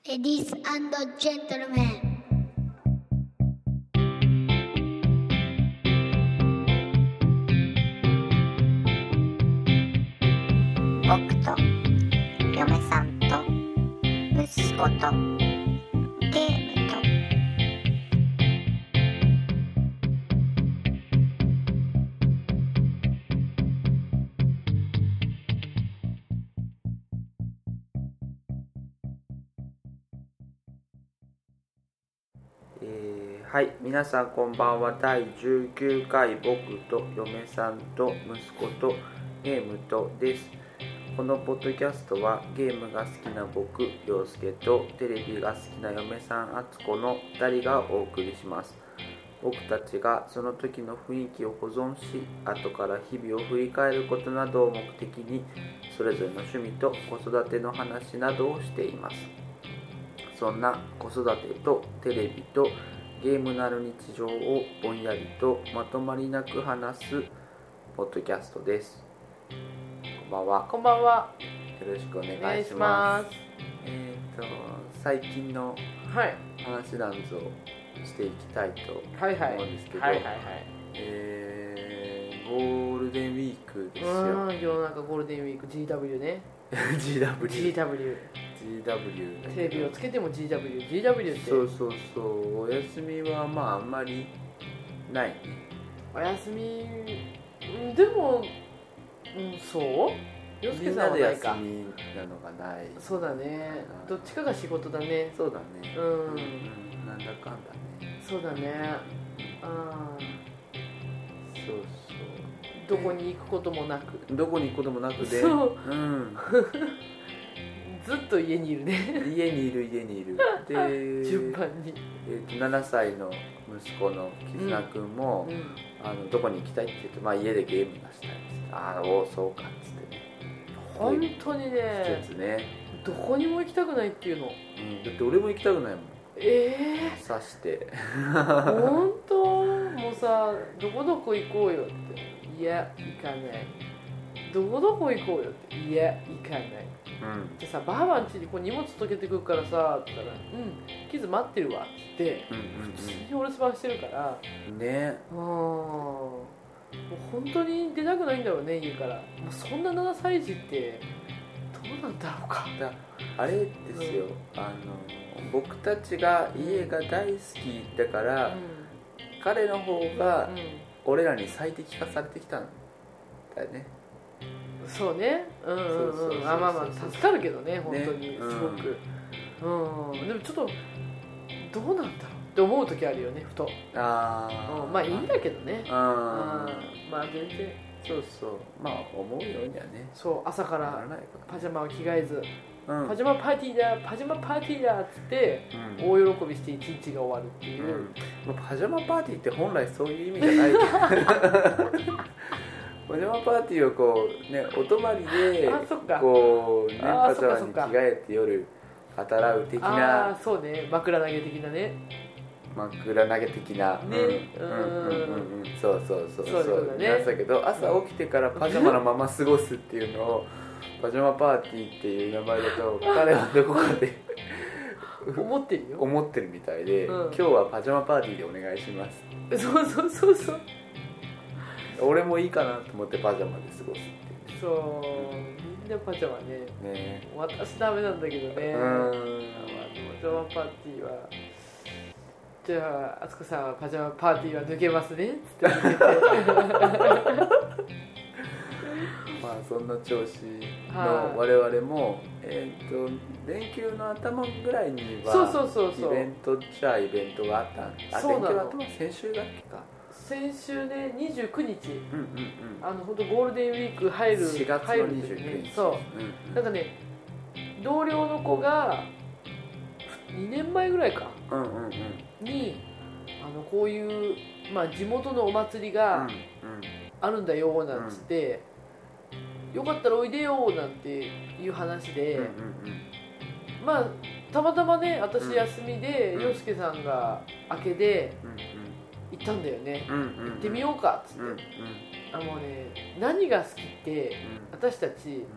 Ladies and gentlemen. 僕と嫁さんと息子とゲームとはい、皆さんこんばんは。第19回僕と嫁さんと息子とゲームとです。このポッドキャストはゲームが好きな僕、陽介とテレビが好きな嫁さん、あつこの2人がお送りします。僕たちがその時の雰囲気を保存し、後から日々を振り返ることなどを目的に、それぞれの趣味と子育ての話などをしています。そんな子育てとテレビとゲームなる日常をぼんやりとまとまりなく話すポッドキャストです。こんばんは。 こんばんは。 よろしくお願いします。最近のはい話なんぞしていきたいと思うんですけど、ゴールデンウィークですよ。 今日なんかゴールデンウィーク GW ね。GW テレビをつけても GW って。 そうお休みはまああんまりないね。 お休みでも、そう洋介さんはないか。 みんなで休みなのがない。 そうだね、どっちかが仕事だね。 そうだね、なんだかんだね。 そうだね。 そうどこに行くこともなくで、 そう、ずっと家にいるね。 家にいるで順番に、 7歳の息子の絆くんも、どこに行きたいって言うと、まあ、家でゲームがしたいってそうかっつってね。 本当にね、 一つね、 どこにも行きたくないっていうの。 だって俺も行きたくないもん。刺して本当もうさ、どこどこ行こうよって、いや行かない。どこどこ行こうよって、いや行かない。でさ、ばあばん家にこう荷物溶けてくるからさって言ったら、キズ待ってるわって言って、普通にお留守番してるからね。 もう本当に出たくないんだろうね、家から。もうそんな7歳児ってどうなんだろうか。 あれですよ、僕たちが家が大好きだから、彼の方が俺らに最適化されてきたんだよね。 そうね、まあ助かるけどね、本当にすごく、でもちょっとどうなんだろうって思う時あるよね、ふと。まあいいんだけどね。まあ全然まあ思うようにはね。 そう、朝からパジャマを着替えず、パジャマパーティーだっつって、大喜びして一日が終わるっていう、 パジャマパーティーって本来そういう意味じゃないけどパジャマパーティーをこうね、お泊まりでこうね、パジャマに着替えて夜働う的な。 そうね、枕投げ的なね。 枕投げ的なね。そう皆さんけど、朝起きてからパジャマのまま過ごすっていうのをパジャマパーティーっていう名前だと彼はどこかで思ってるみたいで、今日はパジャマパーティーでお願いします。 そう俺もいいかなと思ってパジャマで過ごすっていう。 そう、みんなパジャマね。私ダメなんだけどね。パジャマパーティーは、じゃああつこさんはパジャマパーティーは抜けますねっつって抜けてまあそんな調子の我々も、連休の頭ぐらいにはイベントっちゃイベントがあったん。連休の頭、先週だっけか。 先週ね、29日、本当ゴールデンウィーク入る 4月の29日、 そう、なんかね、同僚の子が2年前ぐらいかに、こういう、地元のお祭りがあるんだよなんつって、よかったらおいでよなんていう話で、たまたまね、私休みで、陽介さんが明けで行ったんだよね。行ってみようかっつって、もうね、何が好きって、私たち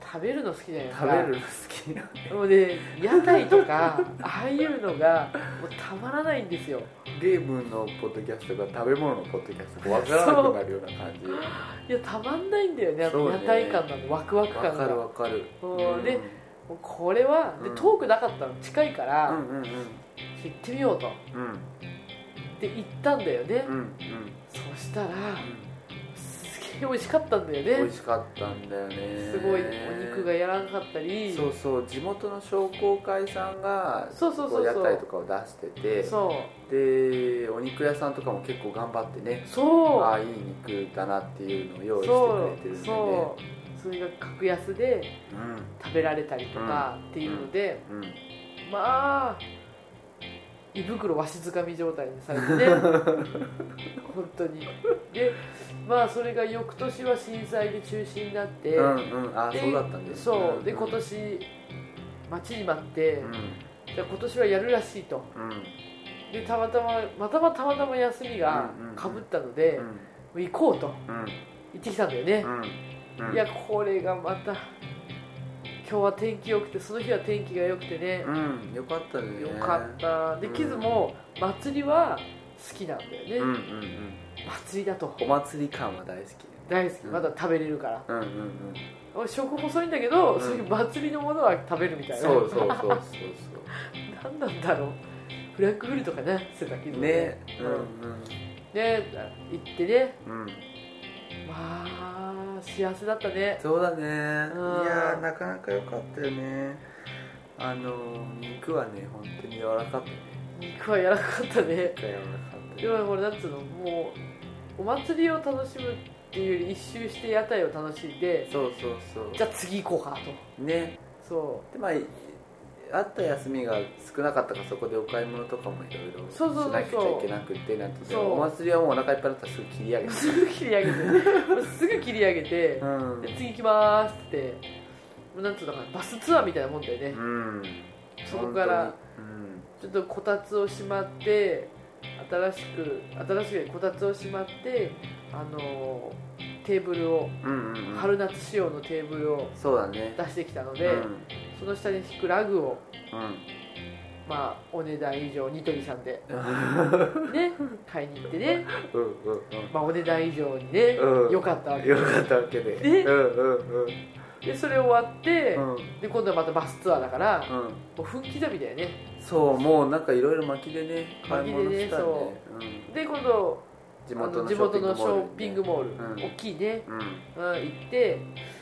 食べるの好きじゃないですか。 食べるの好きなもうね、屋台とかああいうのがもうたまらないんですよ。 ゲームのポッドキャストが食べ物のポッドキャストが分からなくなるような感じ。 いやたまんないんだよね、 そうね屋台感なの、ワクワク感が。 分かる分かる。 でもうこれはで遠くなかったの、近いからうんうんうん行ってみようとうんで行ったんだよね、 うんうんそしたらすげえ美味しかったんだよね。 美味しかったんだよね。 すごいお肉が柔らかかったり、 そうそう地元の商工会さんがそうそうそうそうこ屋台とかを出してて、 そうでお肉屋さんとかも結構頑張ってね、 そうああいい肉だなっていうのを用意してくれてるんでね。 それが格安で食べられたりとかっていうので、 うんうんまあ胃袋わしづかみ状態にされてね本当に。でまあそれが翌年は震災で中止になって、 うんうんあでそうだったんです。 そうで今年待ちに待って、 うんじゃあ今年はやるらしいと。 うんでたまたま休みがかぶったので、もう行こうとうん行ってきたんだよね、 うんいやこれがまた今日は天気良くて、その日は天気が良くてね、 うんよかったね。 よかったで、キズも祭りは好きなんだよね、 うんうんうん祭りだとお祭り感は大好きね。 大好き、まだ食べれるから、 うんうんうん俺食細いんだけど、そういう祭りのものは食べるみたいな。 そうそうそうそうそ何なんだろう、フラッグフルトかなしてたけどうねで行ってね、 うんまあ幸せだったね。 そうだね。いうんやなかなか良かったよね。肉はね本当に柔らかかったね。 肉は柔らかかったね。 柔らかかったでもこれなんつうの、もうお祭りを楽しむっていうより一周して屋台を楽しんで、 そうそうそうじゃあ次行こうかと。 ね。 そでまああった休みが少なかったからそこでお買い物とかもいろいろしそうそうそうそうなくちゃいけなくてなんてそうお祭りはもうお腹いっぱいだったらすぐ切り上げてすぐ切り上げてすぐ切り上げて、 うんで次行きまーすってもうなんつうのかな、バスツアーみたいなもんだよね、 うんそこから本ちょっとこたつをしまって新しくこたつをしまってテーブルを、 当にうんうんうん春夏仕様のテーブルをそうだね出してきたので、 うんその下に敷くラグをうんまあお値段以上ニトリさんでね買いに行ってね、 うんうんまあお値段以上にねうん良かったわけよかったわけでねうんうんうんでそれ終わって、 うんで今度はまたバスツアーだから、 うんもう分刻みだよね。 そうもうなんかいろいろ巻きでね買い物したね巻きでで今度地元のショッピングモール、 うん大きいね、 うん行って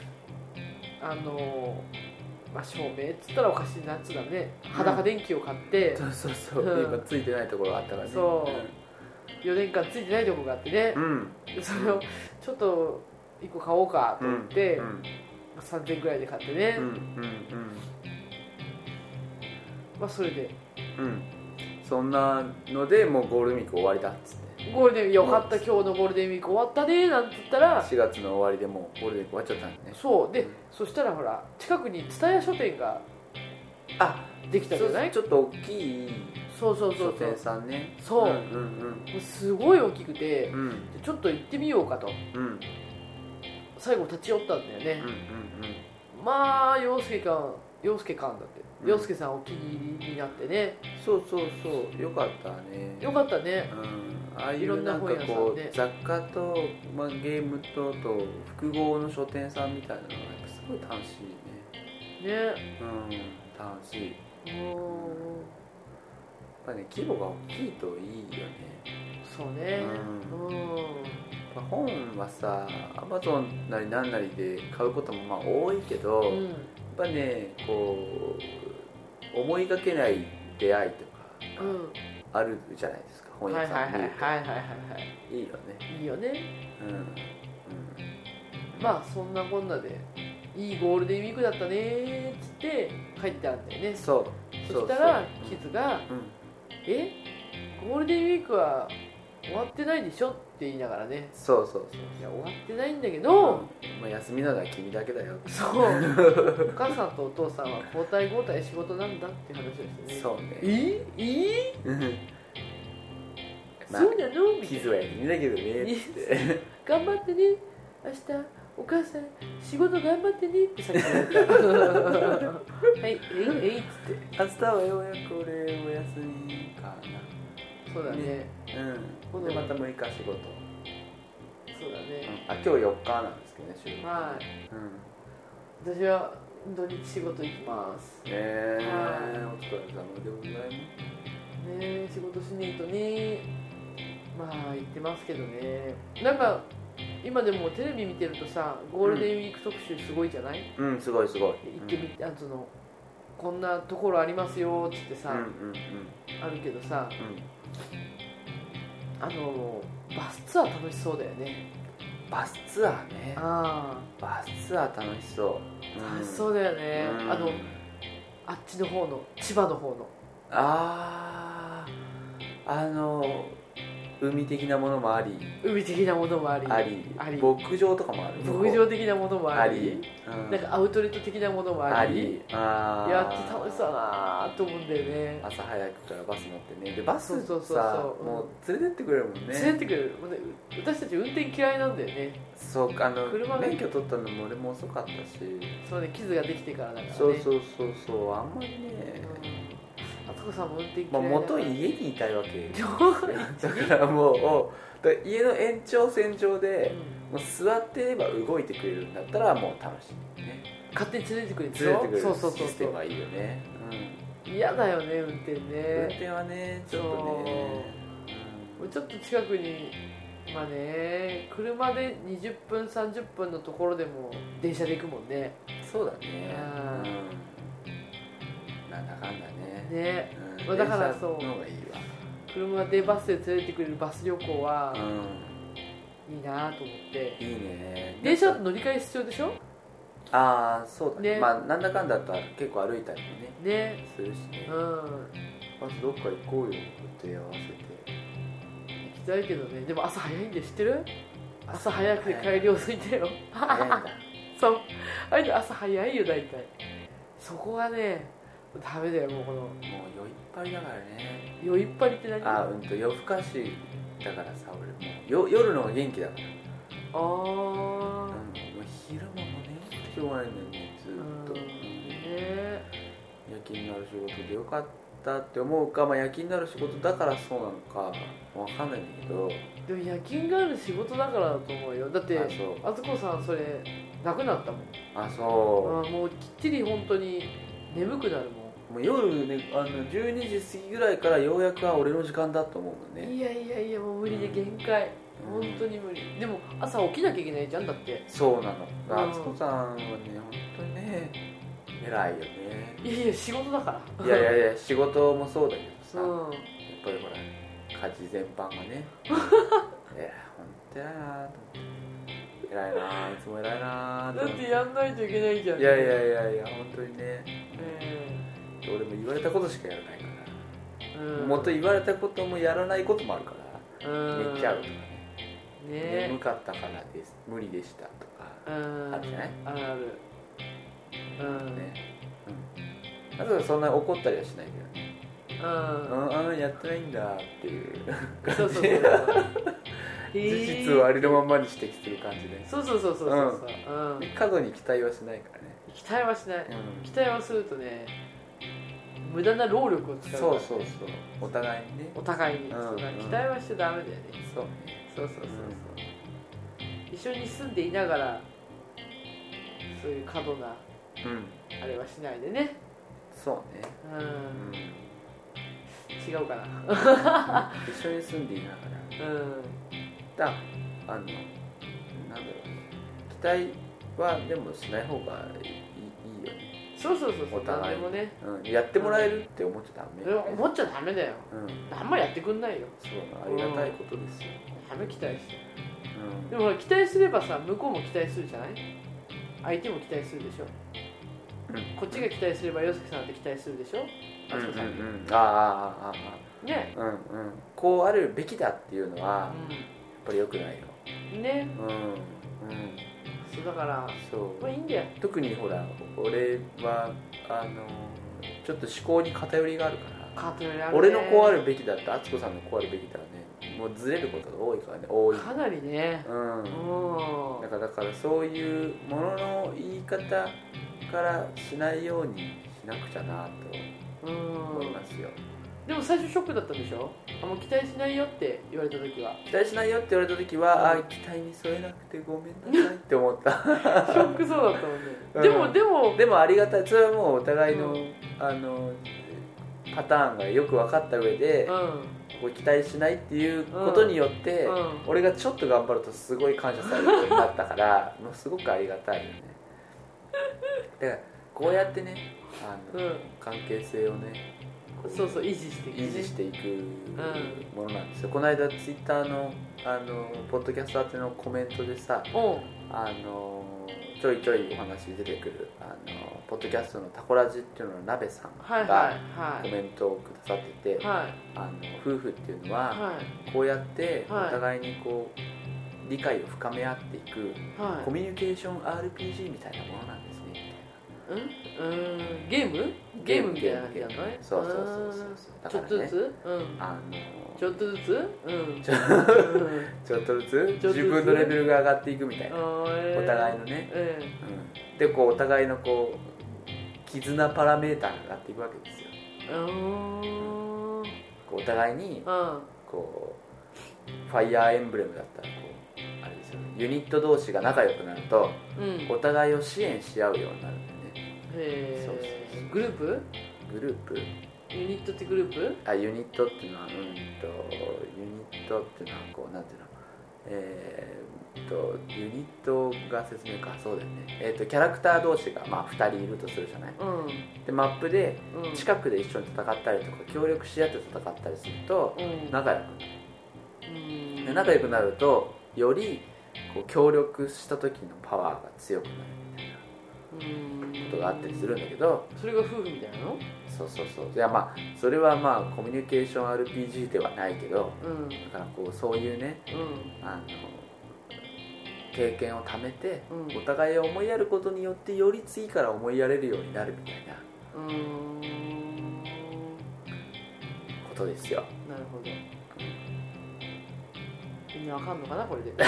まあ、照明っつったらおかしいなっつうんだろうね、裸電球を買ってそうそうそううん今ついてないところがあったからねそう4年間ついてないとこがあってね、 うんでそれをちょっと1個買おうかと思って、 うんまあ3000円くらいで買ってね、 うんうんまあ、それでうんそんなのでもうゴールデンウィーク終わりだっつってゴールデンウィークよかった、今日のゴールデンウィーク終わったねなんて言ったら、 4月の終わりでもうゴールデンウィーク終わっちゃったんでねそうで、そしたらほら近くに蔦屋書店があできたじゃない。 ちょっと大きいそうそうそう書店さんねそううんもうすごい大きくて、 うんうんでちょっと行ってみようかとうんうん最後立ち寄ったんだよね、 うんまあ陽介館だってうん陽介さんお気に入りになってね、 そうそうそうよかったねよかったね。 ああいいろうんなんかな本屋さんこねう雑貨と、まあ、ゲームと複合の書店さんみたいなのがやっぱすごい楽しいねね楽しいやっもぱね規模が大きいといいよねうそうね本はさ Amazon なり何なりで買うこともまあ多いけど、 うん、 やっぱねこう思いがけない出会いとかうんあるじゃないですか、本屋はいはいはいさんではいはいはいいいよねいいよね。 うんまあそんなこんなでいいゴールデンウィークだったねーっつって帰ってあんだよね。 そうそしたらそうキズがうん 「えゴールデンウィークは終わってないでしょ?」って言いながらね、 そうそうそういや終わってないんだけそう、 ど、 まあ、休みなのは君だけだよそうお母さんとお父さんは交代交代仕事なんだっていう話をしてね。 そうねえまあそうなのみたいな。 傷はやりだけどねって頑張ってね、明日お母さん仕事頑張ってねってさっき言われたはいえいっつって明日はようやく俺お休みかな。 そうだねうんでまた6日仕事。 そうだね、 あ今日4日なんですけどね週。 はい、私は土日仕事行きますねえ、お疲れ様でございますね。仕事しねえとね。まあ言ってますけどね。なんか今でもテレビ見てるとさゴールデンウィーク特集すごいじゃない？ すごいすごい。 行ってみて、こんなところありますよっつってさ、あるけどさ、バスツアー楽しそうだよね。 バスツアーね。バスツアー楽しそう。 楽しそうだよね。あっちの方の千葉の方の。 海的なものもあり。 海的なものもあり。 牧場とかもある。 牧場的なものもあり。なんかアウトレット的なものもあり。やって楽しそうだなと思うんだよね。 朝早くからバス乗ってね。でバスさもう連れてってくれるもんね。 連れてってくれる。私たち運転嫌いなんだよね。 そう免許取ったのも俺も遅かったし。 そうね傷ができてからだからね。 そうあんまりね。 あつこさんも運転嫌いだから元家にいたいわけだからもう家の延長線上で、もう座ってれば動いてくれるんだったらもう楽しいね。 勝手に連れてくれるでし連ょ。 れてくれるそうシステムがいいよね。 嫌だよね運転ね。 運転はねちょっとね、 ちょっと近くにまあね車で20分30分のところでも電車で行くもんね。 そうだね。なんだかんだね。 だからそう電車の方がいいわ。 車でバスで連れてくれるバス旅行は、いいなと思って。 いいね。 電車だと乗り換え必要でしょ。 そうだね。まあなんだかんだと結構歩いたりもねするしね。バスどっか行こうよって合わせて行きたいけどね。でも朝早いんで知ってる？朝早くて帰り遅いんだよ。 早いんだ。 そうあれで朝早いよ大体。そこがねダメだよ。もう酔いっぱりだからね。 酔いっぱりって何？ 夜更かしだからさ俺もう夜の方が元気だから。もう昼間もねしょうがないんだよねずっと。夜勤のある仕事でよかったって思うか、夜勤のある仕事だからそうなのかわかんないんだけど。 でも夜勤がある仕事だからだと思うよ。だってあつこさんそれなくなったもん。もうきっちり本当に眠くなるもん。 もう夜ね12時過ぎぐらいからようやくは俺の時間だと思うもんね。 いやもう無理で限界。本当に無理。でも朝起きなきゃいけないじゃんだって。そうなの。あつこさんはね本当にね偉いよね。 いや仕事だから。 いや仕事もそうだけどさ、やっぱりほら家事全般がね本当偉いなと思って。偉いな、いつも偉いな。 だってやんないといけないじゃん。 いや本当にね。俺も言われたことしかやらないから、もっと言われたこともやらないこともあるから、寝ちゃうとかね、眠かったからです無理でしたとかあるじゃない？あるあとはそんなに怒ったりはしないけどね。やってないんだっていう感じで事実をありのままに指摘する感じで。そう過度に期待はしないからね。 期待はしない。期待はするとね無駄な労力を使うからね。そうお互いにね。 期待はしちゃダメだよね。そう一緒に住んでいながらそういう過度なあれはしないでね。 そうね。 違うかな。 一緒に住んでいながらなんだろう、期待はでもしない方がいいよね。 そうお互いもね、 やってもらえるって思っちゃダメ。 思っちゃダメだよ。あんまりやってくんないよ。 そうありがたいことですよ。 ダメ期待して。でも期待すればさ向こうも期待するじゃない？相手も期待するでしょ。こっちが期待すれば洋介さんって期待するでしょ。ね。 こうあるべきだっていうのはやっぱり良くないよ。 ね。そうだからまあいいんだよ。 特にほら俺はちょっと思考に偏りがあるから。俺のこうあるべきだってあつこさんのこうあるべきだはねもうずれることが多いからね、多いかなりね。 だからそういうものの言い方からしないようにしなくちゃなと思いますよ。 でも最初ショックだったんでしょ。もう期待しないよって言われた時は。 期待しないよって言われた時は、期待に添えなくてごめんなさいって思った。 ショックそうだったもんね。でもありがたい。それはもうお互いの、パターンがよく分かった上で、こう期待しないっていうことによって、俺がちょっと頑張るとすごい感謝されるようになったからもうすごくありがたいよね。だからこうやってね関係性をねそう維持していくものなんですよ。この間ツイッターのポッドキャスト宛てのコメントでさ、ちょいちょいお話出てくるポッドキャストのタコラジっていうのの鍋さんがコメントをくださってて、夫婦っていうのはこうやってお互いにこう理解を深め合っていくコミュニケーション RPG みたいなものなんですね。 ゲームみたいな感じなのね。 そうちょっとずつちょっとずつちょっとずつ自分のレベルが上がっていくみたいな、お互いのね、でこうお互いのこう絆パラメーターが上がっていくわけですよ。こうお互いにこうファイアーエンブレムだったらこうあれですよね、ユニット同士が仲良くなると、お互いを支援し合うようになるんだよね。 グループユニットってグループ？ ユニットっていうのはユニットっていうのはこうなんていうのユニットが説明か、そうだよね。キャラクター同士が2人いるとするじゃない、でマップで近くで一緒に戦ったりとか協力し合って戦ったりすると仲良くなる、で仲良くなるとよりこう協力した時のパワーが強くなるみたいなことがあったりするんだけど、 それが夫婦みたいなの？ そういやそれはコミュニケーション RPG ではないけど、だからこうそういうね、経験を貯めて、お互いを思いやることによってより次から思いやれるようになるみたいなことですよ。 なるほど。みんなわかんのかなこれで。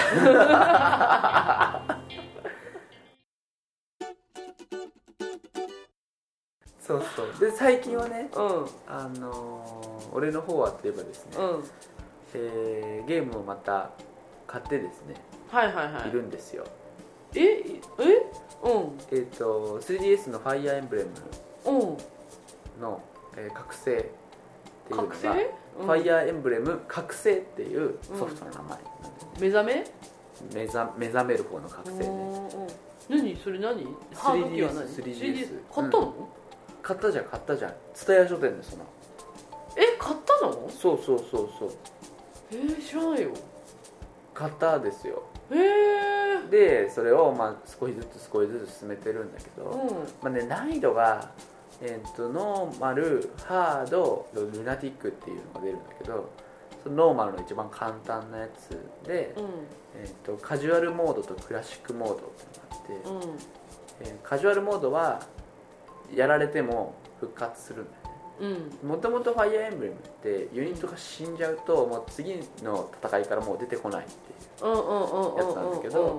そうで最近はね、俺の方はといえばですね、ゲームをまた買ってですね、いるんですよ。3DS のファイアーエンブレムの覚醒っていうのが、ファイアーエンブレム覚醒っていうソフトの名前、目覚める方の覚醒ね。 何それ何？ハード機は何？ 3DS 買ったの？ 買ったじゃん蔦屋書店でその。 買ったの？ そう知らないよ。 買ったですよ。でそれを少しずつ進めてるんだけど、難易度がノーマル、ハード、ルナティックっていうのが出るんだけど、そのノーマルの一番簡単なやつで、カジュアルモードとクラシックモードっていうのがあって、カジュアルモードはやられても復活するんだよね。もともとファイアーエンブレムってユニットが死んじゃうともう次の戦いからもう出てこないっていうやつなんだけど、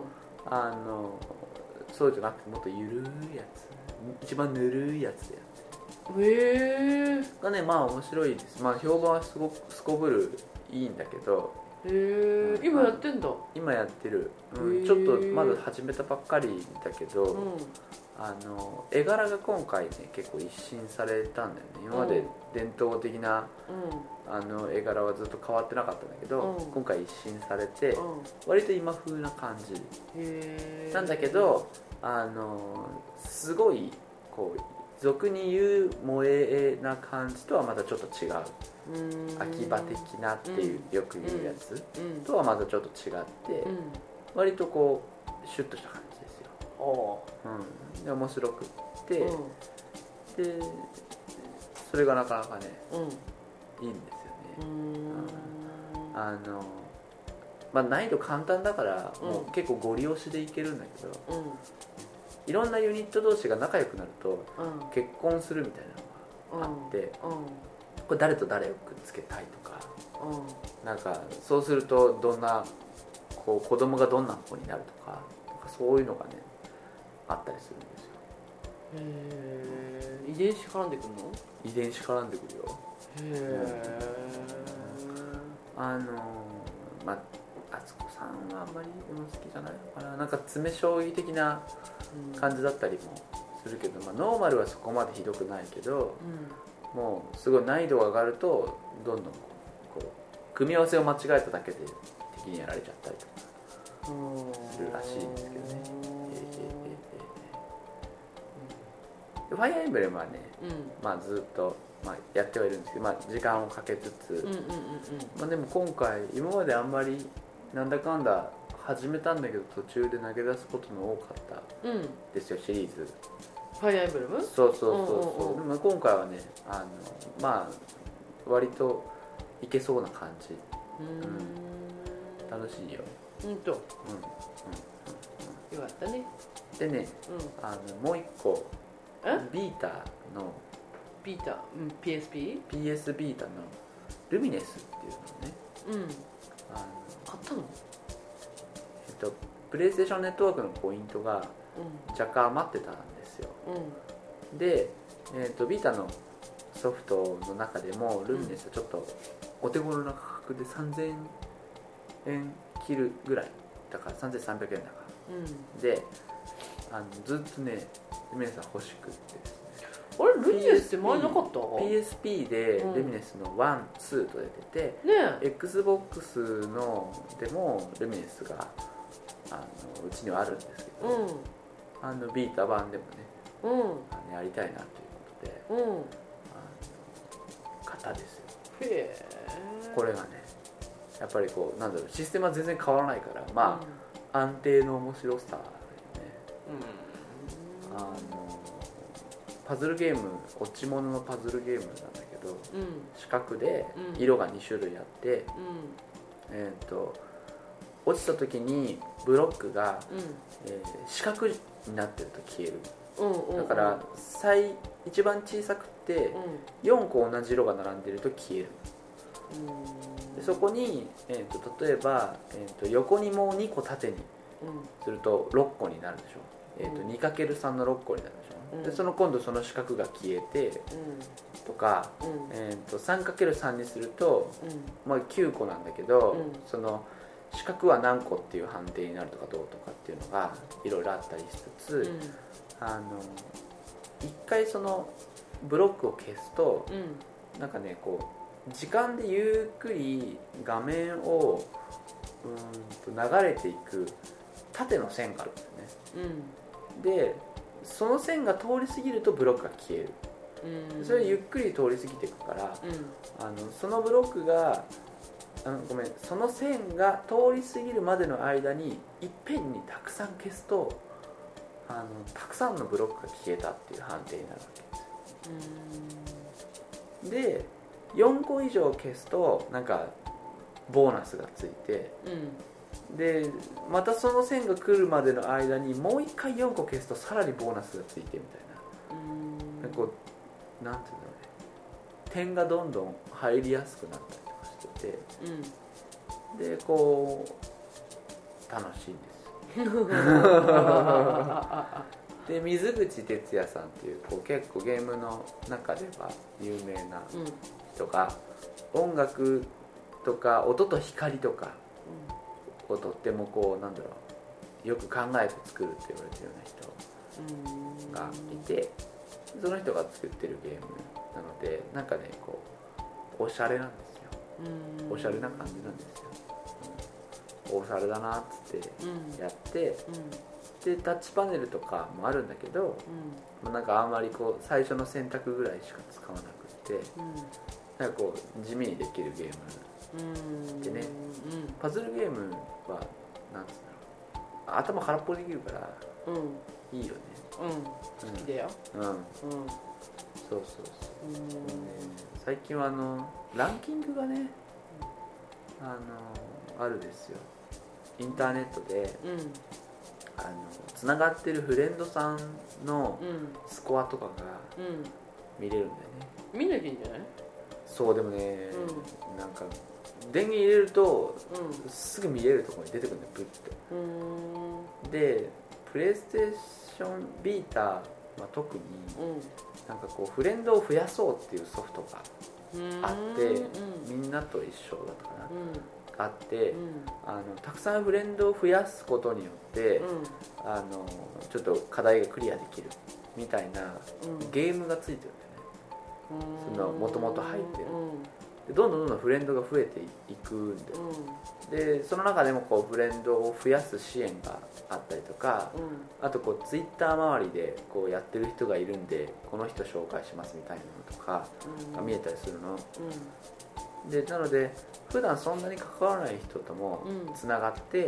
そうじゃなくてもっとゆるいやつ、一番ぬるいやつでやってがね、面白いです。評判はすごくすこぶるいいんだけど、 今やってんだ。 今やってる、ちょっとまだ始めたばっかりだけど、絵柄が今回ね結構一新されたんだよね。今まで伝統的な、絵柄はずっと変わってなかったんだけど、今回一新されて、割と今風な感じなんだけど、すごいこう俗に言う萌えな感じとはまたちょっと違う、秋葉的なっていう、よく言うやつとはまたちょっと違って、割とこうシュッとした感じですよ。で面白くって、でそれがなかなかね、いいんですよね。難易度簡単だから、もう結構ゴリ押しでいけるんだけど、いろんなユニット同士が仲良くなると、結婚するみたいなのがあって、これ誰と誰をくっつけたいとか、 なんかそうするとどんなこう子供がどんな子になるとか、なんかそういうのがねあったりするんですよ。 遺伝子絡んでくるの？ 遺伝子絡んでくるよ。まあ敦子さんはあんまり好きじゃないのかな。なんか詰将棋的な感じだったりもするけど、まあ、ノーマルはそこまでひどくないけど、もうすごい難易度が上がるとどんどんこう組み合わせを間違えただけで敵にやられちゃったりとかするらしいんですけどね。ファイアーエンブレムはね、まあ、ずっと、まあ、やってはいるんですけど、まあ、時間をかけつつ、まあ、でも今回今まであんまりなんだかんだ始めたんだけど途中で投げ出すことの多かったですよ、シリーズ。 ファイアーエンブレム？ そう。でも今回はねまあ割といけそうな感じ。楽しいよ。 よかったね。 でね、もう一個ビータの PSP？ PS ビータのルミネスっていうのをね、 買ったの？ プレイステーションネットワークのポイントが若干余ってたんですよ。で、ビータのソフトの中でもルミネスはちょっとお手頃な価格で3000円切るぐらいだから3300円だから、でずっとねルミネスは欲しくってですね。 あれルミネスって前なかった？ PSP でルミネスの1、2と出てて、XBOX のでもルミネスがうちにはあるんですけど、ビータ版でもね、やりたいなということで、買ったんですよ。これがねやっぱりこうなんだろう、システムは全然変わらないから、まあ、安定の面白さだよね。パズルゲーム、落ち物のパズルゲームなんだけど、四角で色が2種類あって、落ちた時にブロックが、四角になってると消える。だから一番小さくて4個同じ色が並んでると消える。でそこに、例えば、横にもう2個縦にすると6個になるでしょ。2×3 の6個になるでしょ。で今度その四角が消えて、とか、3×3 にすると、まあ、9個なんだけど、その四角は何個っていう判定になるとかどうとかっていうのがいろいろあったりしつつ、一回そのブロックを消すと、なんかねこう時間でゆっくり画面を流れていく縦の線があるんですよね。でその線が通り過ぎるとブロックが消える。それゆっくり通り過ぎていくから、そのブロックがその線が通り過ぎるまでの間にいっぺんにたくさん消すとたくさんのブロックが消えたっていう判定になるわけです。で4個以上消すとなんかボーナスがついて、でまたその線が来るまでの間にもう一回4個消すとさらにボーナスがついてみたいな、こうなんていうんだろうね、点がどんどん入りやすくなったりとかしてて、でこう楽しいんですで水口哲也さんっていう、こう結構ゲームの中では有名な人が、音楽とか音と光とかをとってもこうなんだろう、よく考えて作るって言われてるような人がいて、その人が作ってるゲームなので、なんかねこうおしゃれなんですよ。おしゃれな感じなんですよ。おしゃれだなっつってやって、でタッチパネルとかもあるんだけど、なんかあんまりこう最初の選択ぐらいしか使わなくて、なんかこう地味にできるゲームでね、パズルゲームはなんつうんだろう、頭空っぽできるからいいよね。 好きだよ。 そう、最近はランキングがねあるですよ。インターネットでつながってるフレンドさんのスコアとかが見れるんだよね。 見なきゃいいんじゃない？ そうでもね、なんか電源入れると、すぐ見れるところに出てくるんだよ、ブッて。でプレイステーションビータは特に、なんかこうフレンドを増やそうっていうソフトがあって、みんなと一緒だったかな、あって、たくさんフレンドを増やすことによって、ちょっと課題がクリアできるみたいなゲームがついてるんだよね。そのもともと入ってる。でどんどんフレンドが増えていくんだよ、でその中でもこうフレンドを増やす支援があったりとか、あとこうツイッター周りでこうやってる人がいるんでこの人紹介しますみたいなのとかが見えたりするの、でなので普段そんなに関わらない人ともつながって、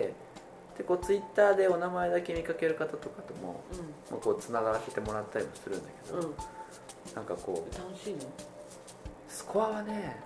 でこうツイッターでお名前だけ見かける方とかとも、こうつながらせてもらったりもするんだけど、なんかこう楽しいの？ スコアはね、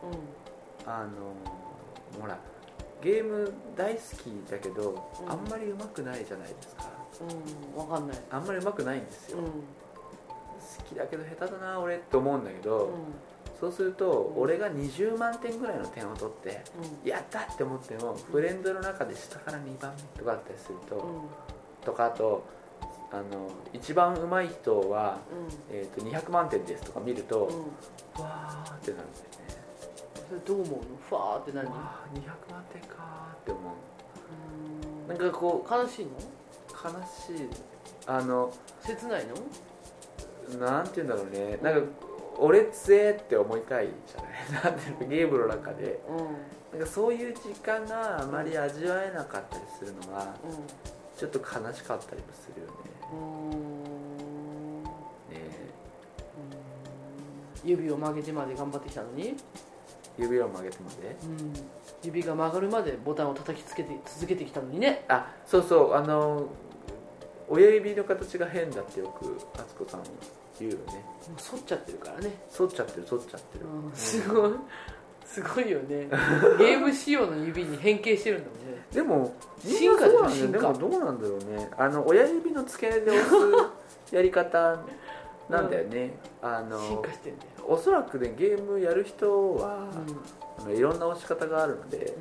ほらゲーム大好きだけど、あんまり上手くないじゃないですか。 わかんない。 あんまり上手くないんですよ、好きだけど下手だな俺って思うんだけど、そうすると、俺が20万点ぐらいの点を取って、やったって思っても、フレンドの中で下から2番目とかだったりすると、とかあと一番上手い人は、200万点ですとか見ると、わーってなるんだよね。 それどう思うの？ファーって何？200 万点かーって思う。なんかこう悲しいの？ 悲しい。 切ないの？ なんて言うんだろうね。なんか俺強えって思いたいじゃない。なんていうの、ゲームの中で、なんかそういう時間があまり味わえなかったりするのは、ちょっと悲しかったりもするよね。 指を曲げてまで頑張ってきたのに、 指を曲げてまで、 指が曲がるまでボタンを叩きつけて続けてきたのにね。 そうそう、親指の形が変だってよく敦子さん言うよね。 反っちゃってるからね。 反っちゃってる、 すごいよね。ゲーム仕様の指に変形してるんだもんね。 でも進化だよ、進化。 でもどうなんだろうね。親指の付け根で押すやり方なんだよね。 進化してんだよ。 おそらくね、ゲームやる人は、いろんな押し方があるので、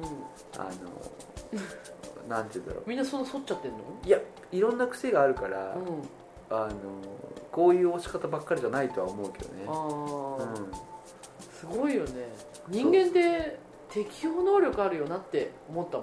なんて言うんだろう。みんなその反っちゃってんの？ いや、いろんな癖があるから、こういう押し方ばっかりじゃないとは思うけどね。 すごいよね。人間って適応能力あるよなって思ったもん。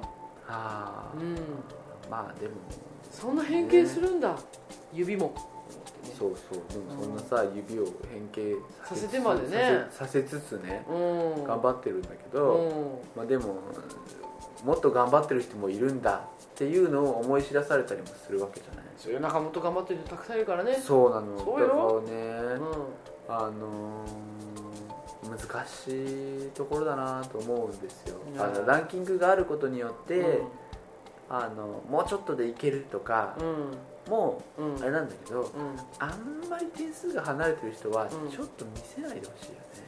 まあでもそんな変形するんだ、指も。 そうそう、でもそんなさ、指を変形させてまでね、 させつつね、頑張ってるんだけど、まあでももっと頑張ってる人もいるんだっていうのを思い知らされたりもするわけじゃない。 そういう仲間と頑張ってる人たくさんいるからね。 そうなの。 そうよ。 だからね、難しいところだなと思うんですよ。ランキングがあることによって、もうちょっとでいけるとか、もうあれなんだけど、あんまり点数が離れてる人はちょっと見せないでほしいよね。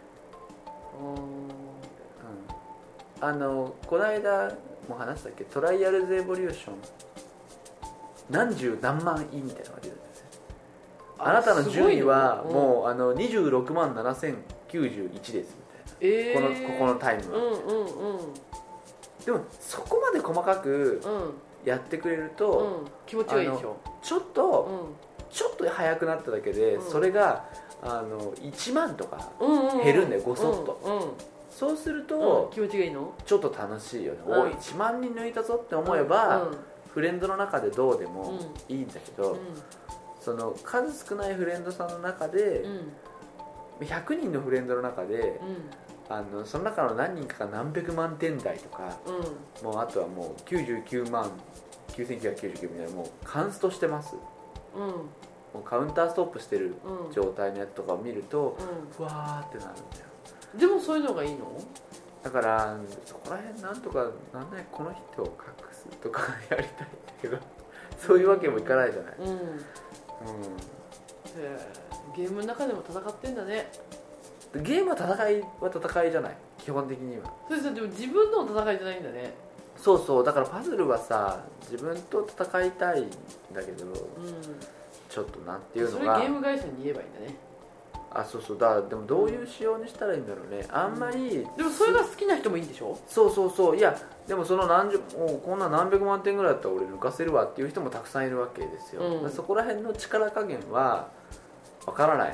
この間も話したっけ、トライアルズエボリューション何十何万位みたいなのが出るんですよ。あなたの順位はもう26万7091ですみたいな、ここのタイムは。でもそこまで細かくやってくれると、 気持ちがいいでしょ。 ちょっと速くなっただけで、それが1万とか減るんだよ、ごそっと。そうすると、 気持ちがいいの？ ちょっと楽しいよね。おい、1万人抜いたぞって思えば、フレンドの中でどうでもいいんだけど、その数少ないフレンドさんの中で、100人のフレンドの中で、その中の何人かが何百万点台とか、もうあとはもう99万9999みたいな、もうカンストしてます、もうカウンターストップしてる状態のやつとかを見ると、ふわーってなるんだよ。 でもそういうのがいいの？ だからそこら辺なんとかなんない、この人を隠すとかやりたいんだけど、そういうわけにもいかないじゃない。 ゲームの中でも戦ってんだね。 ゲームは戦いじゃない、基本的には。 そうです。でも自分の戦いじゃないんだね。 そうそう、だからパズルはさ、自分と戦いたいんだけど、ちょっとなんていうのが、 それゲーム会社に言えばいいんだね。 そうそう、だからでもどういう仕様にしたらいいんだろうね、あんまり、 でもそれが好きな人もいいんでしょ。 そういやでもそのもうこんな何百万点ぐらいだったら俺抜かせるわっていう人もたくさんいるわけですよ、そこら辺の力加減はわからない、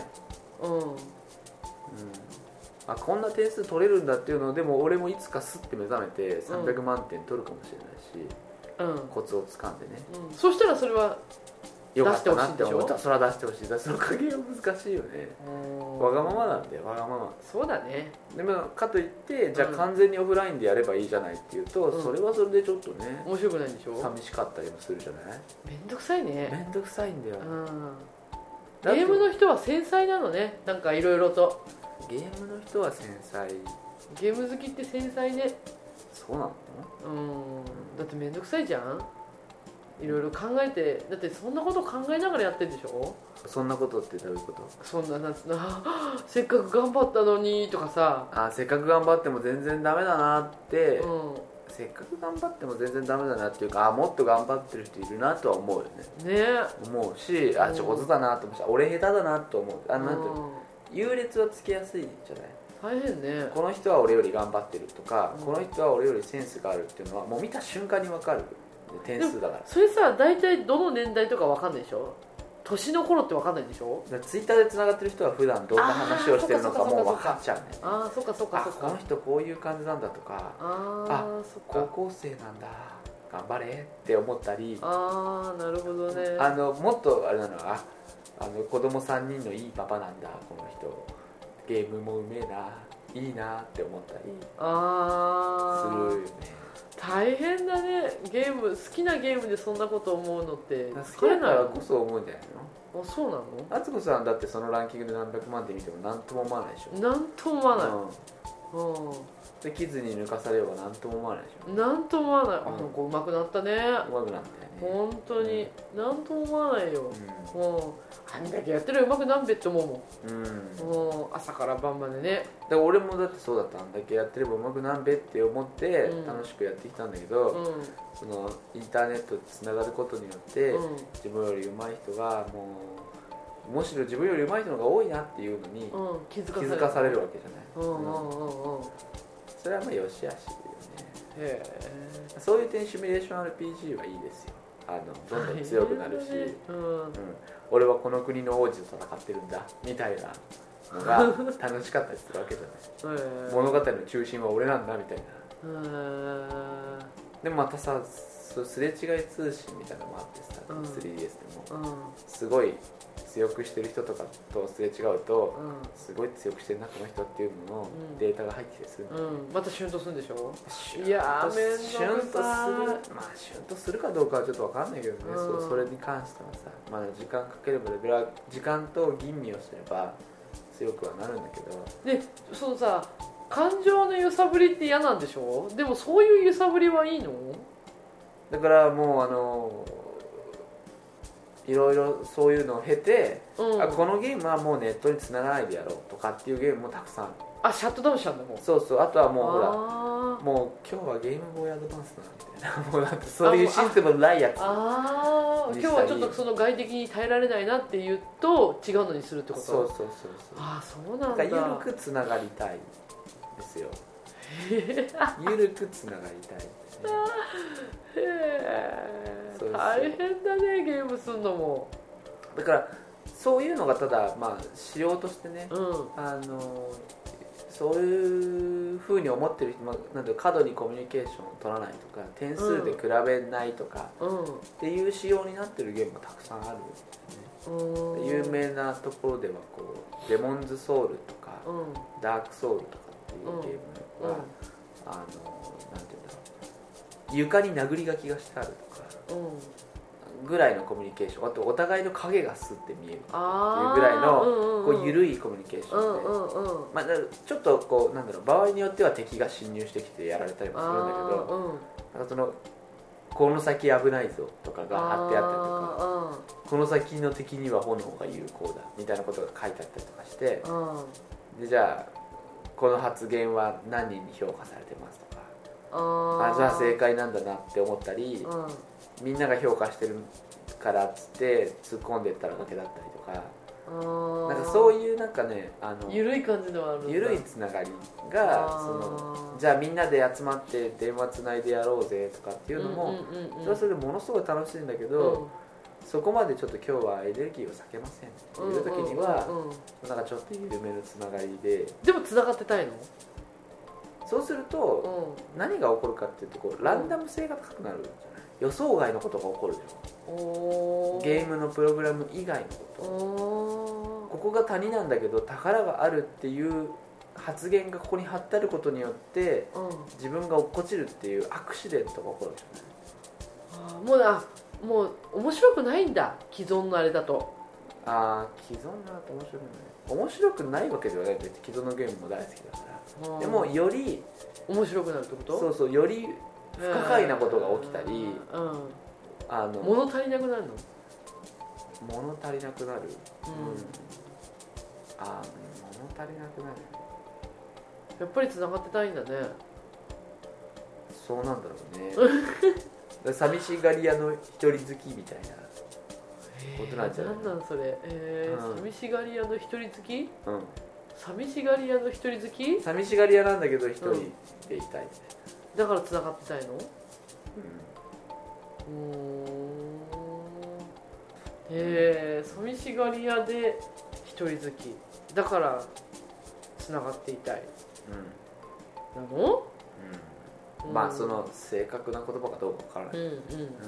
こんな点数取れるんだっていうのでも俺もいつかスッて目覚めて300万点取るかもしれないし、コツをつかんでね、 そしたらそれはよかったなって思ったらそれは出してほしい。だその加減は難しいよね、わがままなんだよ、わがまま。 そうだね。 でもかといってじゃあ完全にオフラインでやればいいじゃないっていうと、それはそれでちょっとね面白くないんでしょ。 寂しかったりもするじゃない。 めんどくさいね。 めんどくさいんだよ、 ゲームの人は繊細なのね、なんかいろいろと。 ゲームの人は繊細。 ゲーム好きって繊細ね。 そうなの？ だってめんどくさいじゃん、いろいろ考えて。だってそんなこと考えながらやってるんでしょ。 そんなことってどういうこと？ そんなせっかく頑張ったのにとかさ、 せっかく頑張っても全然ダメだなって、せっかく頑張っても全然ダメだなっていうか、もっと頑張ってる人いるなとは思うよね。思うし、上手だなと思うし、俺下手だなと思う。なんていうの、優劣はつけやすいじゃない。 大変ね。 この人は俺より頑張ってるとか、この人は俺よりセンスがあるっていうのはもう見た瞬間に分かる点数だから。 それさ、大体どの年代とか分かんないでしょ。年の頃って分かんないでしょ。 ツイッターでつながってる人は普段どんな話をしてるのかもう分かっちゃうね。 そっかこの人こういう感じなんだとか、高校生なんだ頑張れって思ったり。 なるほどね。 もっとあれなのは子供3人のいいパパなんだこの人、ゲームもうめえないいなって思ったりするよね。 大変だね。ゲーム好きなゲームでそんなこと思うのって好きだからこそ思うんじゃないの。 そうなの？ 敦子さんだってそのランキングで何百万点見ても何とも思わないでしょ。 何とも思わない、 でキズに抜かされようが何とも思わないでしょ。 何とも思わない。子上手くなったね。 上手くなったよね本当に。何とも思わないよ、あんだけやってるうまくなんべって思うもん、朝から晩までね。 だから俺もだってそうだった。あんだけやってればうまくなんべって思って楽しくやってきたんだけど、そのインターネットでつながることによって、自分より上手い人がむしろ自分より上手い人の方が多いなっていうのに気づかされるわけじゃない。それはまあよしあしだよね。そういう点シミュレーション RPG はいいですよ。どんどん強くなるし、俺はこの国の王子と戦ってるんだみたいなのが楽しかったりするわけじゃない。物語の中心は俺なんだみたいな。でもまたさ、すれ違い通信みたいなのもあってさ、3DS でもすごい強くしてる人とかとすれ違うと、すごい強くしてるなこの人っていうののデータが入ってきてする、 またシュンとするんでしょ。 いやシュンとする。シュンとするかどうかはちょっと分かんないけどね、それに関してはさ、まだ時間かければ時間と吟味をすれば強くはなるんだけど。でそのさ、感情の揺さぶりって嫌なんでしょ。でもそういう揺さぶりはいいの？ だからもういろいろそういうのを経て、このゲームはもうネットに繋がないでやろうとかっていうゲームもたくさんある。 シャットダウンしちゃうんだもん。 そうあとはもうほら、もう今日はゲームボーイアドバンスだみたいな、もうだってそういうシステムのないやつ。今日はちょっとその外的に耐えられないなっていうと違うのにするってこと。そうそうなんだ。 緩く繋がりたいですよ。緩く繋がりたい。 大変だね、ゲームするのも。 だからそういうのがただ仕様としてね、そういう風に思ってる人、なんていうか過度にコミュニケーションを取らないとか、点数で比べないとか、っていう仕様になってるゲームもたくさんあるんですね。有名なところではデモンズソウルとか、ダークソウルとかっていうゲームは、なんていうんだろう、床に殴り書きがしてあるとか、ぐらいのコミュニケーション、あとお互いの影がスッて見えるっていうぐらいの緩いコミュニケーションで、ちょっとなんだろう、場合によっては敵が侵入してきてやられたりもするんだけど、なんかこの先危ないぞとかが貼ってあったりとか、この先の敵には炎が有効だみたいなことが書いてあったりとかして、でじゃあこの発言は何人に評価されてますとか、じゃあ正解なんだなって思ったり、みんなが評価してるからっつって突っ込んでったらだけだったりとか、 なんかそういうなんかね緩い感じではあるんだ。 緩いつながりがじゃあみんなで集まって電話つないでやろうぜとかっていうのも、それはそれでものすごい楽しいんだけど、そこまでちょっと今日はエネルギーを避けませんっていう時には、なんかちょっと緩めのつながりで。 でもつながってたいの？ そうすると、何が起こるかっていうとこうランダム性が高くなるんじゃない？予想外のことが起こるでしょ。ゲームのプログラム以外のこと、ここが谷なんだけど宝があるっていう発言がここに貼ってあることによって、自分が落っこちるっていうアクシデントが起こるでしょね。 もう面白くないんだ、既存のあれだと。 既存のあれだと面白くないわけではない。既存のゲームも大好きだから。でもより面白くなるってこと？ そうそう、より不可解なことが起きたり、 物足りなくなるの？ 物足りなくなる、物足りなくなる。 やっぱり繋がってたいんだね。 そうなんだろうね。寂しがり屋の一人好きみたいなことなんじゃない？ なんなんそれ、寂しがり屋の一人好き？寂しがり屋の一人好き？ 寂しがり屋なんだけど一人でいたい、 だから繋がってたいの？寂しがり屋で一人好きだから繋がっていたい、なの？ まあその正確な言葉かどうかわからない。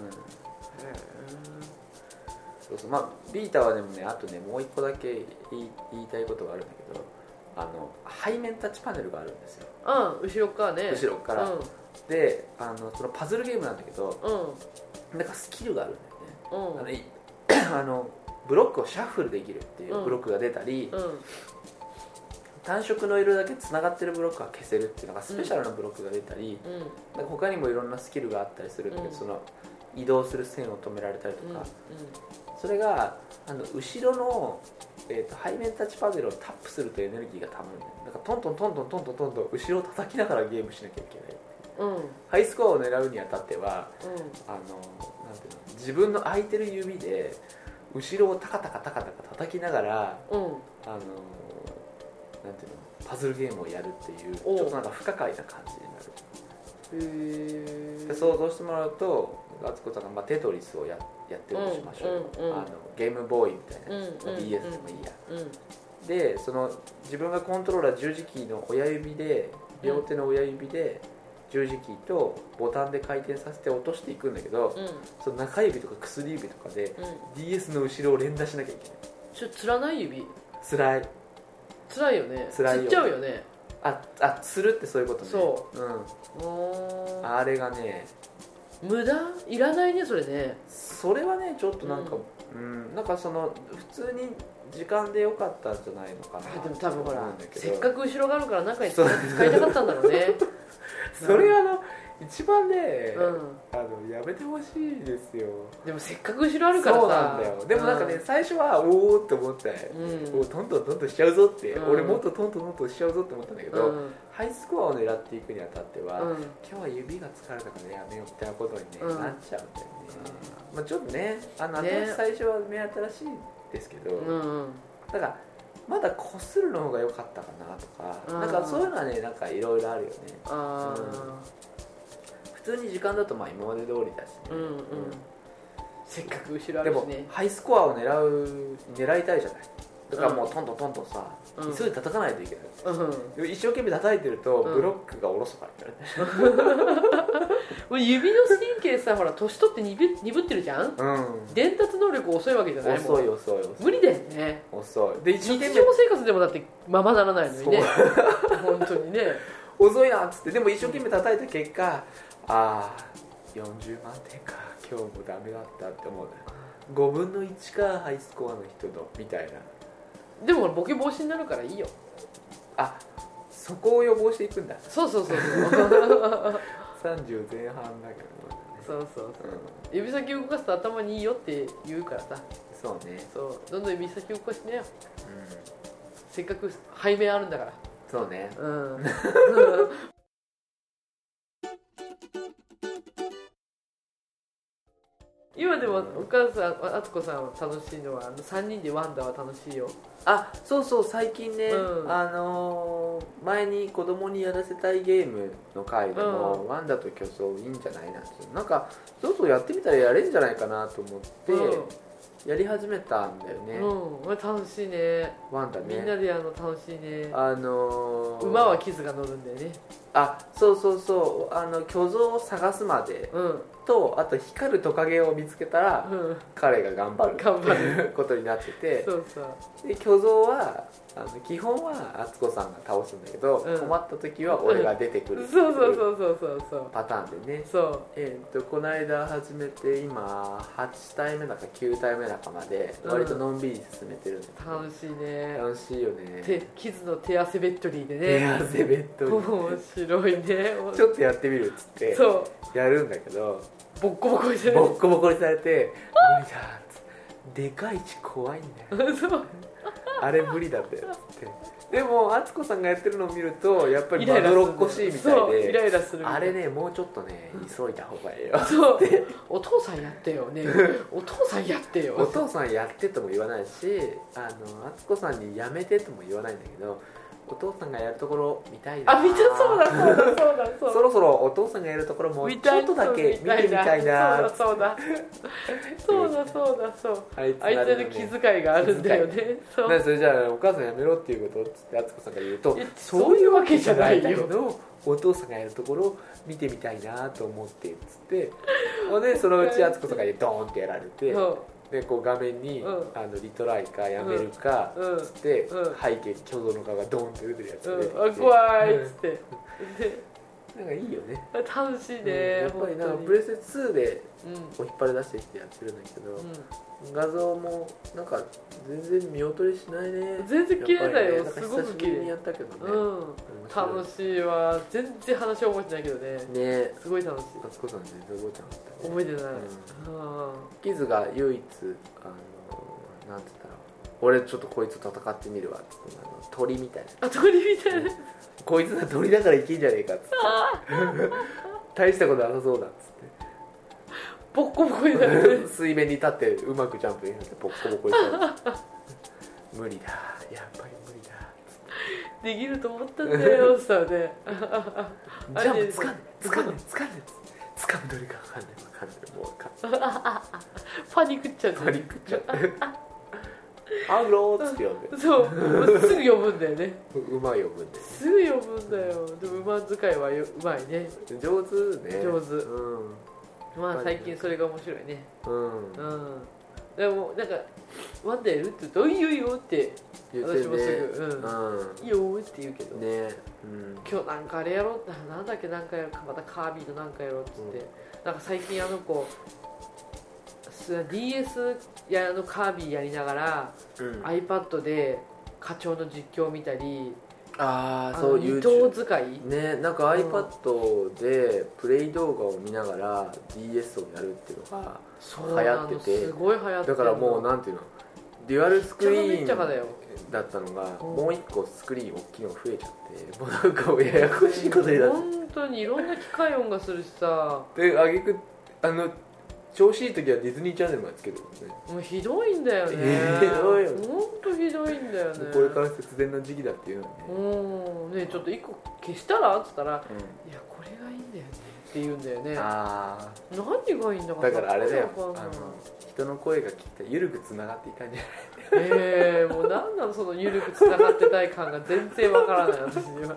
そうそう、まあビータはでもね、あとねもう一個だけ言いたいことがあるんだけど、背面タッチパネルがあるんですよ。 後ろからね。 後ろから、でそのパズルゲームなんだけど、なんかスキルがあるんだよね。ブロックをシャッフルできるっていうブロックが出たり、単色の色だけつながってるブロックが消せるっていうのがスペシャルなブロックが出たり、なんか他にもいろんなスキルがあったりするんだけど、その移動する線を止められたりとか、それが後ろの、背面タッチパネルをタップするとエネルギーがたまるんだよ。なんかトントントントントントントンと後ろを叩きながらゲームしなきゃいけない、ハイスコアを狙うにあたっては、なんていうの、自分の空いてる指で後ろをタカタカタカタカ叩きながら、なんていうの、パズルゲームをやるっていうちょっとなんか不可解な感じになる。で想像してもらうと、敦子さんがテトリスをやってるとしましょう、ゲームボーイみたいなやつ、DS でもいいや、でその自分がコントローラー十字キーの親指で、両手の親指で十字キーとボタンで回転させて落としていくんだけど、その中指とか薬指とかで、DS の後ろを連打しなきゃいけない。 つらない指？ つらいよね。つっちゃうよね。 つるってそういうことね。 そう、 あれがね、 無駄いらないね、それね。 それはねちょっとなんか、なんかその普通に時間でよかったんじゃないのかな。 でも多分ほら、せっかく後ろがあるから中に使いたかったんだろうね。 それ一番ね、やめてほしいですよ。 でもせっかく後ろあるからさ。 そうなんだよ。でもなんかね、最初はおおって思って、トントントントンしちゃうぞって、俺もっとトントントントンしちゃうぞって思ったんだけど、ハイスコアを狙っていくにあたっては、今日は指が疲れたからやめようみたいなことに、なっちゃうんだよね。まあちょっとね、私最初は目新しいですけど、だからまだこするの方が良かったかなとか、なんかそういうのはね、なんかいろいろあるよね。普通に時間だとまあ今まで通りだしね、 せっかく後ろあるしね。 でもハイスコアを狙いたいじゃない。だからもうトントントントンさ、急いで叩かないといけない、一生懸命叩いてるとブロックがおろそかになる、 指の神経さ、ほら年取って鈍ってるじゃん、伝達能力遅いわけじゃないもん。 遅い無理だよね。 遅いで、 日常生活でもだってままならないのにね。本当にね、 遅いなっつって。でも一生懸命叩いた結果、40万点か、今日もダメだったって思うね。5分の1か、ハイスコアの人のみたいな。 でもボケ防止になるからいいよ。 そこを予防していくんだ。 そう 30前半だけど、 そう指先を動かすと頭にいいよって言うからさ。 そうね。 どんどん指先を動かしてね、せっかく背面あるんだから。 そうね。 今でもお母さん敦子さんは楽しいのは3人でワンダは楽しいよ。 あ、そうそう、最近ね、前に子供にやらせたいゲームの回でも、ワンダと競争いいんじゃないなんて、なんかそうそうやってみたらやれんじゃないかなと思って、やり始めたんだよね。 楽しいね。 ワンダね、 みんなでやるの楽しいね。馬はキズが乗るんだよね。 そうそうそう、巨像を探すまで、とあと光るトカゲを見つけたら、彼が頑張るっていうことになってて、 そうそうで巨像は基本は敦子さんが倒すんだけど、困った時は俺が出てくるっていうパターンでね。この間始めて今8体目だか9体目だかまで割とのんびり進めてるんだけど、 楽しいね。 楽しいよね。 キズの手汗ベッドリーでね。 手汗ベッドリー面白いね。 ちょっとやってみるっつってやるんだけど、 ボッコボコにされて、 ボッコボコにされて無理だっつって、でかいし怖いんだよそうあれ無理だってっつって。でも敦子さんがやってるのを見るとやっぱりまどろっこしいみたいで、 イライラする。 あれね、もうちょっとね急いだ方がいいよそうお父さんやってよねお父さんやってよお父さんやってとも言わないし、敦子さんにやめてとも言わないんだけど、お父さんがやるところ見たいな。 見た。そうだそろそろお父さんがやるところもちょっとだけ見てみたいな。 そうだあいつの気遣いがあるんだよね。それじゃあお母さんやめろっていうことっつって敦子さんが言うと、 そういうわけじゃないよ、 お父さんがやるところを見てみたいなと思ってっつって、でそのうち敦子さんがドーンってやられて、でこう画面に、リトライかやめるかっつって、背景に巨像の顔がドーンって出てるやつで、 怖いっつってなんかいいよね。 楽しいね。 やっぱりなんかプレステ2でこう引っ張り出してきてやってるんだけど、画像もなんか全然見劣りしないね。 全然綺麗だよ。 すごく綺麗にやったけどね。 楽しいわ。全然話覚えてないけどね。すごい楽しい。 敦子さん全然覚えてなかった。 覚えてない。 キズが唯一なんて言ったら、俺ちょっとこいつ戦ってみるわっつって、鳥みたいな。 鳥みたいな。 こいつが鳥だからいけんじゃねえかっつって大したことなさそうだっつってボッコボコになる水面に立ってうまくジャンプになってボッコボコにされて無理だ、やっぱり無理だっつってできると思ったんだよさねジャンプつかんでつかむどれか分かんないもう分かんないパニックっちゃう。 パニックっちゃってハローっつって呼んで、 そうすぐ呼ぶんだよね。 馬呼ぶんですぐ呼ぶんだよ。でも馬使いはうまいね。 上手ね。 上手。最近それが面白いね。でもなんかワンダやるって言うと「いいよいいよ」って私もすぐ「いいよ」って言うけどね。今日なんかあれやろうなんだっけ、なんかやろうか、またカービィのなんかやろうって言って、なんか最近DS やカービィやりながら、iPad で課長の実況を見たり、 そう二頭使いね、なんか iPad でプレイ動画を見ながら DS をやるっていうのが流行ってて、 すごい流行ってる。 だからもうなんていうの、デュアルスクリーンだったのがもう一個スクリーン大きいのが増えちゃって、もうなんかややこしいことになって、 本当にいろんな機械音がするしさ、 で挙句調子いい時はディズニーチャンネルまでつけてるもんね。 もうひどいんだよね。 ひどいよね。 本当ひどいんだよね。 これから節電の時期だっていうのにね、ちょっと1個消したらっつったら、いやこれがいいんだよねって言うんだよね。何がいいんだかだからあれだよ、人の声が聞いて緩くつながっていたんじゃない。 もう何なのその緩くつながってたい感が全然わからない私には。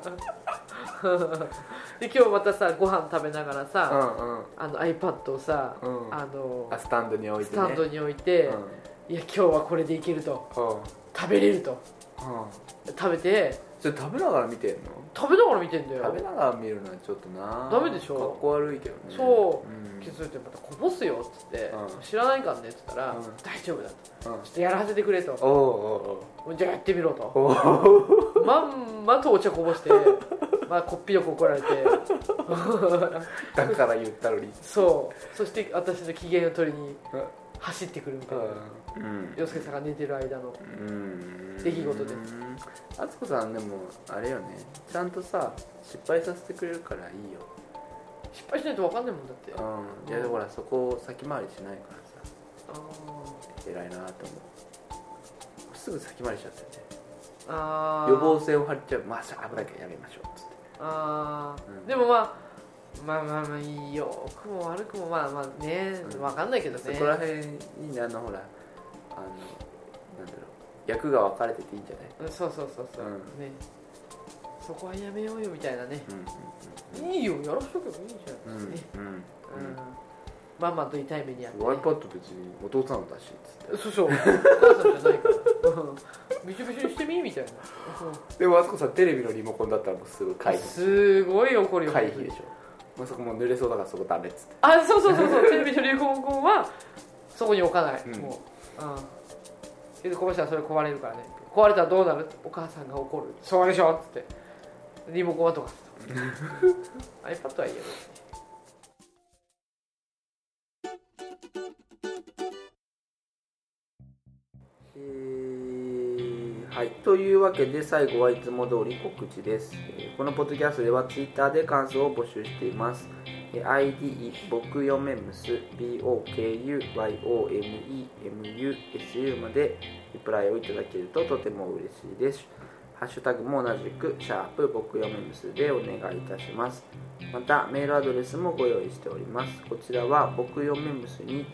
で今日またさご飯食べながらさ、iPad をさ、 スタンドに置いて、 いや今日はこれでいけると、食べれると、食べて、 それ食べながら見てんの？ 食べながら見てんだよ。 食べながら見るのはちょっとなダメでしょ、 かっこ悪いけどね。 そう気づいてまたこぼすよっつって、知らないかんねっつったら、大丈夫だと、ちょっとやらせてくれと、じゃあやってみろと、まんまとお茶こぼしてこっぴどく怒られてだから言ったのに、 そして私の機嫌を取りに走ってくるみたいな、洋介さんが寝てる間の出来事です。 敦子さんでもあれよね、ちゃんとさ失敗させてくれるからいいよ。 失敗しないと分かんないもんだって。 いやほらそこ先回りしないからさ、偉いなと思う。すぐ先回りしちゃってね。予防線を張っちゃう。まあ危ないからやめましょうっつって。 でもまあいいよくも悪くもまあね、分かんないけどね。 そこら辺いいね。ほらなんだろう、役が分かれてていいんじゃない。 そう、ね、そこはやめようよみたいなね、いいよやらしとけばいいじゃんですね。ママと痛い目にあって、ね、 iPad 別にお父さんだしっつって。 そうお母さんじゃないからびしょびしょにしてみみたいな。 でもあそこさテレビのリモコンだったらもうすぐ回避。 すごい怒るよ。 回避でしょ。もうそこもう濡れそうだからそこダメっつって。 そうテレビのリモコンはそこに置かない、もうでこぼしたらそれ壊れるからね。壊れたらどうなる。お母さんが怒る。そうでしょっつってリモコンはとかiPad はいいよね。 はい、というわけで最後はいつも通り告知です。このポッドキャストでは Twitter で感想を募集しています。ID 僕よめむす BOKUYOMEMUSU までリプライをいただけるととても嬉しいです。ハッシュタグも同じくシャープ僕よめむすでお願いいたします。またメールアドレスもご用意しております。こちらは僕よめむすに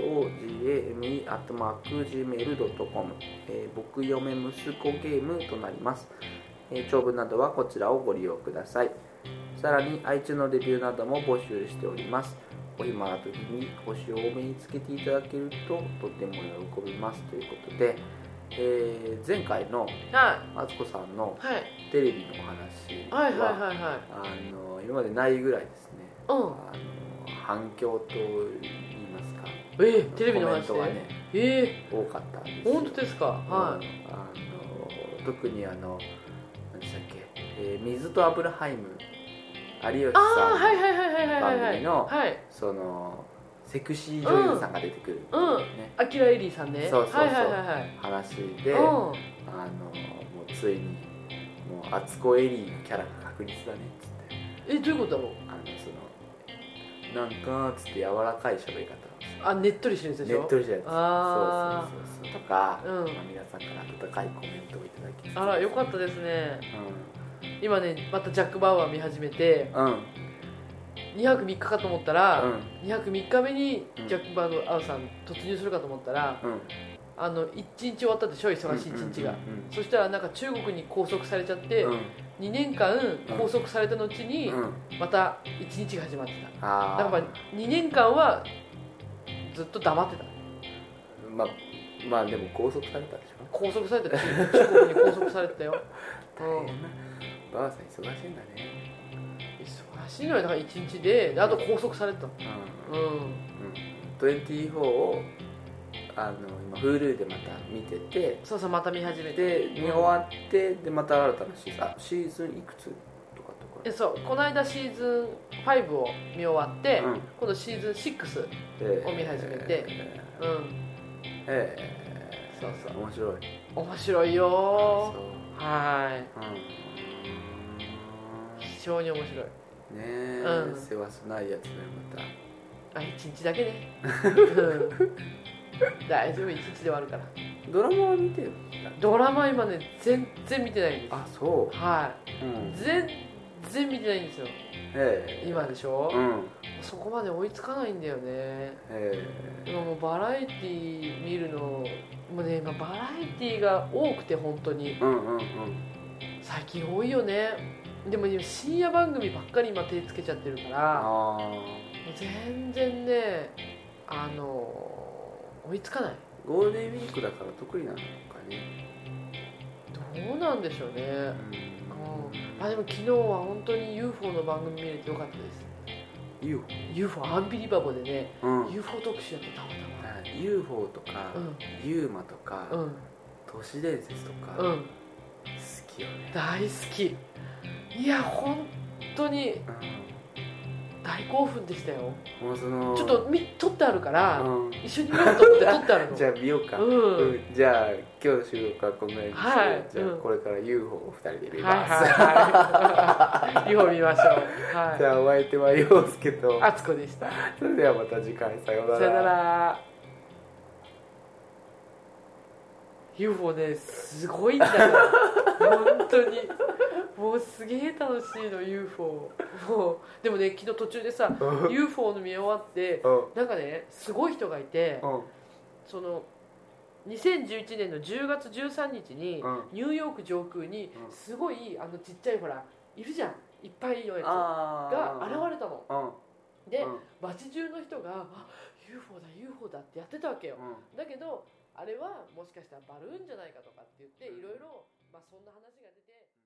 KOGAME@gmail.com 僕よめむすこゲームとなります。長文などはこちらをご利用ください。さらに iTunes のレビューなども募集しております。お暇な時に星を多めにつけていただけるととても喜びますということで、前回のマツコさんのテレビのお話は今までないぐらいですね、反響といいますか、 テレビの話コメントがね、多かったんですよ。 本当ですか。 特に何でしたっけ、水とアブラハイム有吉さんの番組のそのセクシー女優さんが出てくるっていうね、 アキラエリーさんね。 そう話で、もうついにもうアツコエリーのキャラが確実だねっつって。 どういうことだろう。 なんかっつって柔らかい喋り方。 ねっとりしてるやつでしょ。 ねっとりしてるやつ。そうとか、皆さんから温かいコメントをいただきます。 あらよかったですね。今ねまたジャック・バウアー見始めて、2泊3日かと思ったら、2泊3日目にジャック・バウアーさん突入するかと思ったら、1日終わったでしょ、忙しい1日が。そしたらなんか中国に拘束されちゃって、2年間拘束された後にまた1日が始まってた。だから2年間はずっと黙ってた。 まあでも拘束されたでしょ。 拘束された。中国に拘束されてたよ。 大変な。バウアーさん忙しいんだね。 忙しいのよ。だから1日であと拘束された。 24を今 Hulu でまた見てて、 また見始めて、 で見終わってでまた新たなシーズンいくつとかこの間シーズン5を見終わって、今度シーズン6を見始めて、面白いよ。非常に面白いね。 世話しないやつね。また 1日だけね。大丈夫、1日で終わるから。 ドラマは見てる？ ドラマ今ね全然見てないんです。 そう。 全然見てないんですよ。今でしょ。そこまで追いつかないんだよね。今もうバラエティ見るのもうね、今バラエティが多くて本当に、最近多いよね。でも深夜番組ばっかり今手つけちゃってるから、全然ね追いつかない。 ゴールデンウィークだから得意なのかね。 どうなんでしょうね。でも昨日は本当に UFO の番組見れてよかったです。UFO アンビリバボーでね、UFO 特集やってたまたま。 UFO とか、ユーマとか、都市伝説とか、好きよね。 大好き。いや本当に、 大興奮でしたよ。 もうそのちょっと撮ってあるから、 うん一緒に見ようと思って撮ってあるのじゃあ見ようか、 うんじゃあ今日の収録はこの辺にして、 はいじゃあこれから UFO を2人で見はいます、 はいはいUFO 見ましょう。はいじゃあお相手は陽介とあつこでした。 それではまた次回さようなら。 さよなら。UFO ねすごいんだよ本当にもうすげえ楽しいの UFO。 もうでもね昨日途中でさUFO の見終わってなんかねすごい人がいて、その2011年の10月13日にニューヨーク上空にすごいちっちゃいほらいるじゃんいっぱいのやつが現れたの。で街中の人がUFO だ UFO だってやってたわけよ。だけどあれはもしかしたらバルーンじゃないかとかって言っていろいろそんな話が出て。